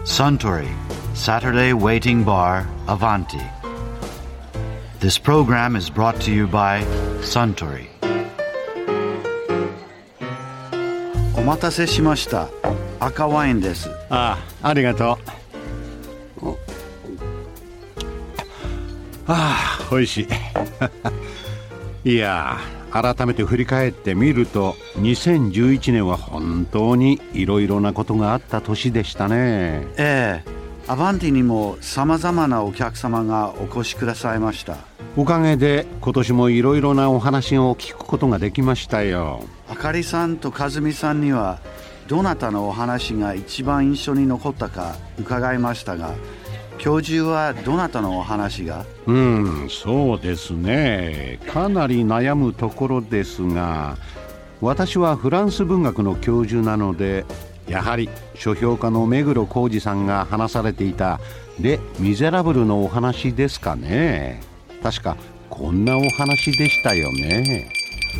Suntory Saturday Waiting Bar Avanti. This program is brought to you by Suntory. お待たせしました。赤ワインです。 ありがとう。美味しい。いや改めて振り返ってみると2011年は本当にいろいろなことがあった年でしたね。 アバンティにも様々なお客様がお越しくださいました。 おかげで今年もいろいろなお話を聞くことができましたよ。 あかりさんとかずみさんにはどなたのお話が一番印象に残ったか伺いましたが、教授はどなたのお話が？ そうですね。かなり悩むところですが、私はフランス文学の教授なので、やはり書評家の目黒浩二さんが話されていたレ・ミゼラブルのお話ですかね。確かこんなお話でしたよね。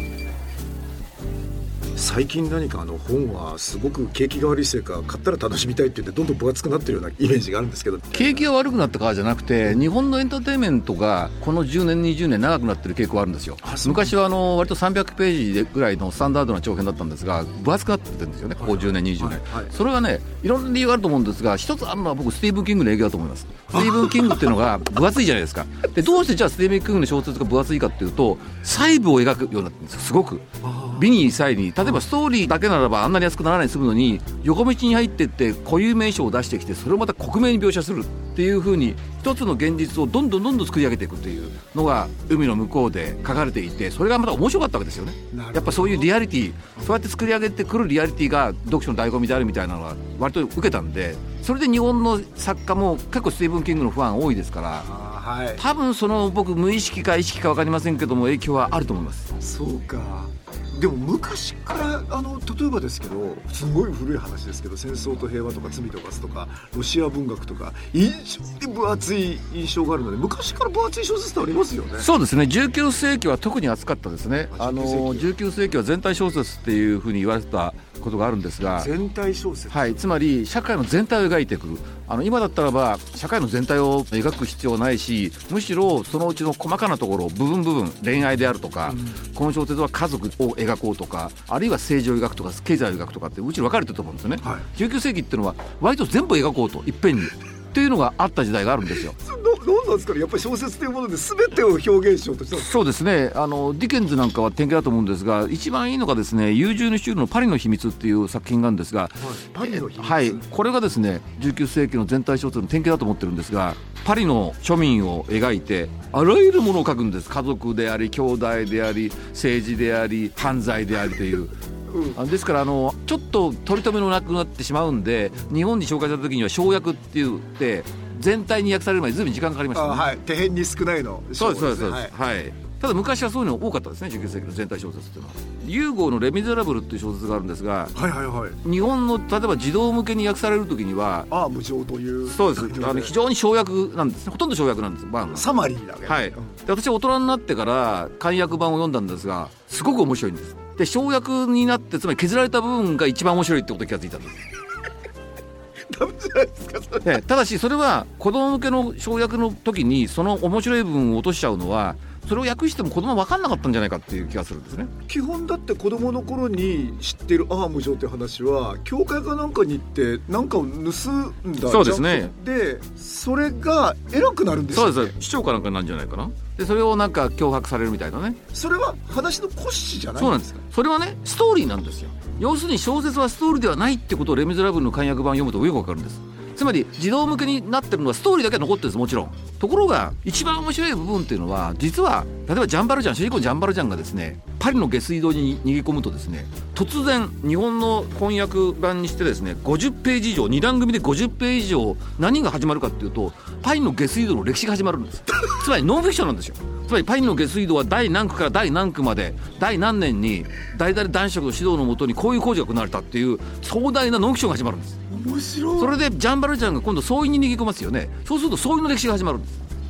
最近何か本はすごく景気が悪いせいか買ったら楽しみたいって言ってどんどん分厚くなってるようなイメージがあるんですけど、 景気が悪くなったからじゃなくて、日本のエンターテインメントがこの10年20年長くなってる傾向があるんですよ。昔は割と300ページぐらいのスタンダードな長編だったんですが、分厚くなってるんですよね、ここ10年20年、それはね、いろんな理由があると思うんですが、一つあるのは僕スティーブン・キングの影響だと思います。スティーブン・キングっていうのが分厚いじゃないですか。でどうしてじゃあスティーブン・キングの小説が分厚いかっていうと、細部を描くようになってるんですよ。すごく美に細に、例えばストーリーだけならばあんなに安くならないで済むのに、横道に入っていって固有名称を出してきて、それをまた克明に描写するっていう風に、一つの現実をどんどん作り上げていくというのが海の向こうで書かれていて、それがまた面白かったわけですよね。やっぱそういうリアリティ、そうやって作り上げてくるリアリティが読書の醍醐味であるみたいなのは割と受けたんで、それで日本の作家も結構スティーブン・キングのファン多いですから、多分その僕無意識か意識か分かりませんけども影響はあると思います。 そうか。でも昔から例えばですけど、すごい古い話ですけど、戦争と平和とか罪と罰とかロシア文学とか非常に分厚い印象があるので、昔から分厚い小説ってありますよね。 そうですね。19世紀は特に厚かったですね。19世紀は全体小説っていうふうに言われてたことがあるんですが、 全体小説、 つまり社会の全体を描いていく。今だったらば社会の全体を描く必要はないし、むしろそのうちの細かなところ、部分恋愛であるとか、この小説は家族を描こうとか、あるいは政治を描くとか経済を描くとかってうちに分かれてると思うんですよね。19世紀っていうのは割と全部描こうといっぺんにっていうのがあった時代があるんですよ。 何なんですかね。やっぱり小説というもので全てを表現しようとした。 そうですね。ディケンズなんかは典型だと思うんですが、一番いいのがですね、優柔のシュールのパリの秘密っていう作品があるんですが、 パリの秘密、 これがですね19世紀の全体小説の典型だと思ってるんですが、パリの庶民を描いてあらゆるものを書くんです。家族であり兄弟であり政治であり犯罪でありというですからちょっと取り留めのなくなってしまうんで、日本に紹介された時には省略って言って全体に訳されるまでずいぶん時間かかりましたね。 手辺に少ないの。 そうです。ただ昔はそういうの多かったですね。19世紀の全体小説っていうのは。ユーゴーのレ・ミゼラブルっていう小説があるんですが、日本の例えば児童向けに訳される時には無常という、 そうです。非常に省略なんですね。ほとんど省略なんです。 サマリーだけ、 で私は大人になってから漢訳版を読んだんですが、すごく面白いんです。で省略になって、つまり削られた部分が一番面白いってことに気がついたんです。 ダメじゃないですかそれ。 ただしそれは子供向けの省略の時にその面白い部分を落としちゃうのは、それを訳しても子供は分かんなかったんじゃないかっていう気がするんですね。 基本だって子供の頃に知ってる無常って話は教会かなんかに行って何かを盗んだ。 そうですね。 でそれが偉くなるんですよね。 そうです。市長かなんかなんじゃないかな。でそれをなんか脅迫されるみたいなね。 それは話の骨子じゃない。 そうなんですか。それはねストーリーなんですよ。要するに小説はストーリーではないってことをレ・ミゼラブルの漢訳版を読むとよくわかるんです。つまり児童向けになってるのはストーリーだけは残ってるんです。もちろん。ところが一番面白い部分っていうのは、実は例えばジャンバルジャン、主人公のジャンバルジャンがですね、パリの下水道に逃げ込むとですね、突然日本の翻訳版にしてですね50ページ以上、2段組で50ページ以上何が始まるかっていうと、パリの下水道の歴史が始まるんです。つまりノンフィクションなんですよ。つまりパリの下水道は第何区から第何区まで第何年に誰々男爵の指導のもとにこういう工事が行われたっていう壮大なノンフィクションが始まるんです。 面白い。 それでジャンバルジャンが今度総員に逃げ込ますよね。そうすると総員の歴史が始まるんです。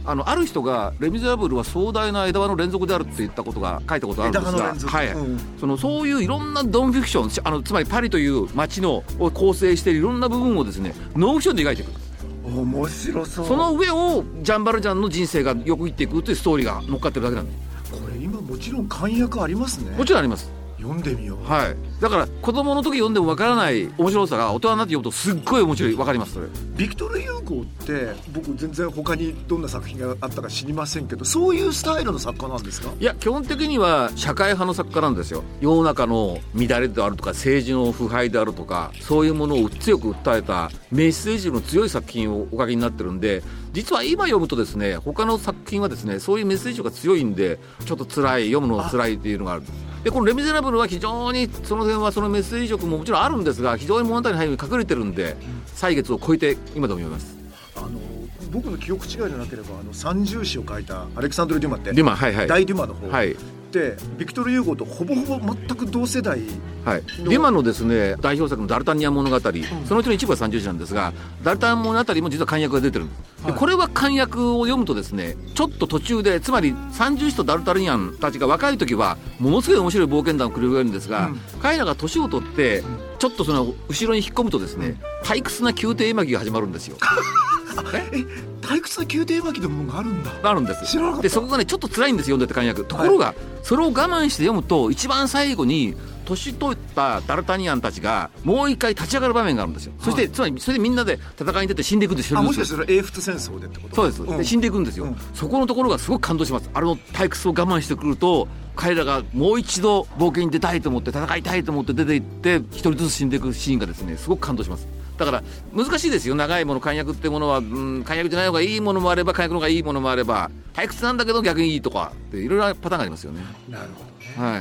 ある人がレ・ミゼラブルは壮大な枝葉の連続であるって言ったことが書いたことがあるんですが、はい、そういういろんなノンフィクション、つまりパリという街のを構成しているいろんな部分をですねノンフィクションで描いていく。 面白そう。 その上をジャン・バルジャンの人生がよくいっていくというストーリーが乗っかってるだけなんです。 これ今もちろん漢訳ありますね。 もちろんあります。 読んでみよう。 はい、だから子供の時読んでもわからない面白さが大人になって読むとすっごい面白い、わかります。それビクトル・ユーゴって僕全然他にどんな作品があったか知りませんけど、そういうスタイルの作家なんですか？ いや、基本的には社会派の作家なんですよ。世の中の乱れであるとか政治の腐敗であるとか、そういうものを強く訴えたメッセージの強い作品をお書きになってるんで、実は今読むとですね他の作品はですねそういうメッセージが強いんでちょっと辛い、読むのが辛いっていうのがある。でこのレ・ミゼラブルは非常にその辺はそのメッセージ力ももちろんあるんですが、非常に物語の背後に隠れてるんで歳月を超えて今でも読みます。 僕の記憶違いじゃなければ三重詩を書いたアレクサンドル・デュマってデュマ、はいはい、 大デュマの方、 はい、 でビクトル・ユーゴとほぼほぼ全く同世代、 はい、デュマのですね代表作のダルタニアン物語、そのうちの一部は三重詩なんですが、ダルタニアン物語も実は漢訳が出てるんです。でこれは漢訳を読むとですねちょっと途中で、つまり三重詩とダルタニアンたちが若い時はものすごい面白い冒険談を繰り広げるんですが、彼らが年を取ってちょっとその後ろに引っ込むとですね、退屈な宮廷絵巻が始まるんですよ。 退屈な宮廷絵巻のものがあるんだ。 あるんです。 知らなかった。 でそこがねちょっと辛いんですよ、読んでて漢訳。ところが、それを我慢して読むと一番最後に年取ったダルタニアンたちがもう一回立ち上がる場面があるんですよ。そしてつまりそれでみんなで戦いに出て死んでいくんですよ。 もしかしたら英仏戦争でってこと？ そうです、で死んでいくんですよ、そこのところがすごく感動します。あの退屈を我慢してくると彼らがもう一度冒険に出たいと思って戦いたいと思って出て行って一人ずつ死んでいくシーンがですねすごく感動します。だから難しいですよ、長いもの。漢訳ってものは、漢訳じゃない方がいいものもあれば漢訳の方がいいものもあれば、退屈なんだけど逆にいいとかっていろいろなパターンがありますよね。 なるほどね。 はい。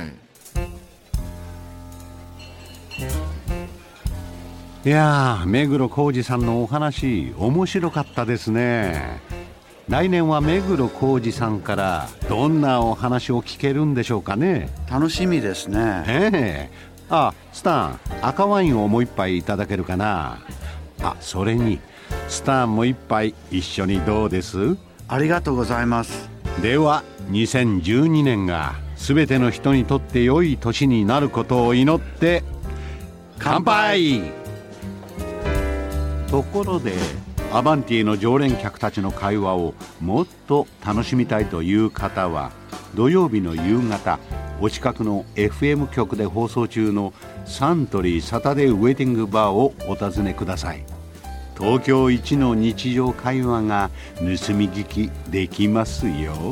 いやー、目黒浩二さんのお話面白かったですね。来年は目黒浩二さんからどんなお話を聞けるんでしょうかね。 楽しみですね。 スタン、赤ワインをもう一杯いただけるかな。それにスタンも一杯一緒にどうです？ ありがとうございます。 では2012年が全ての人にとって良い年になることを祈って乾杯。ところでアバンティの常連客たちの会話をもっと楽しみたいという方は、土曜日の夕方お近くの FM 局で放送中のサントリーサタデーウェイティングバーをお尋ねください。東京一の日常会話が盗み聞きできますよ。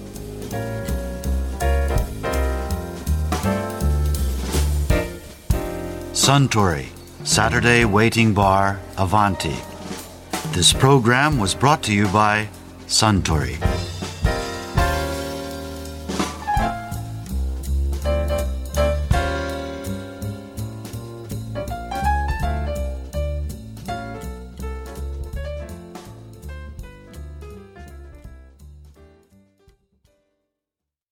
Suntory Saturday Waiting Bar Avanti. This program was brought to you by Suntory.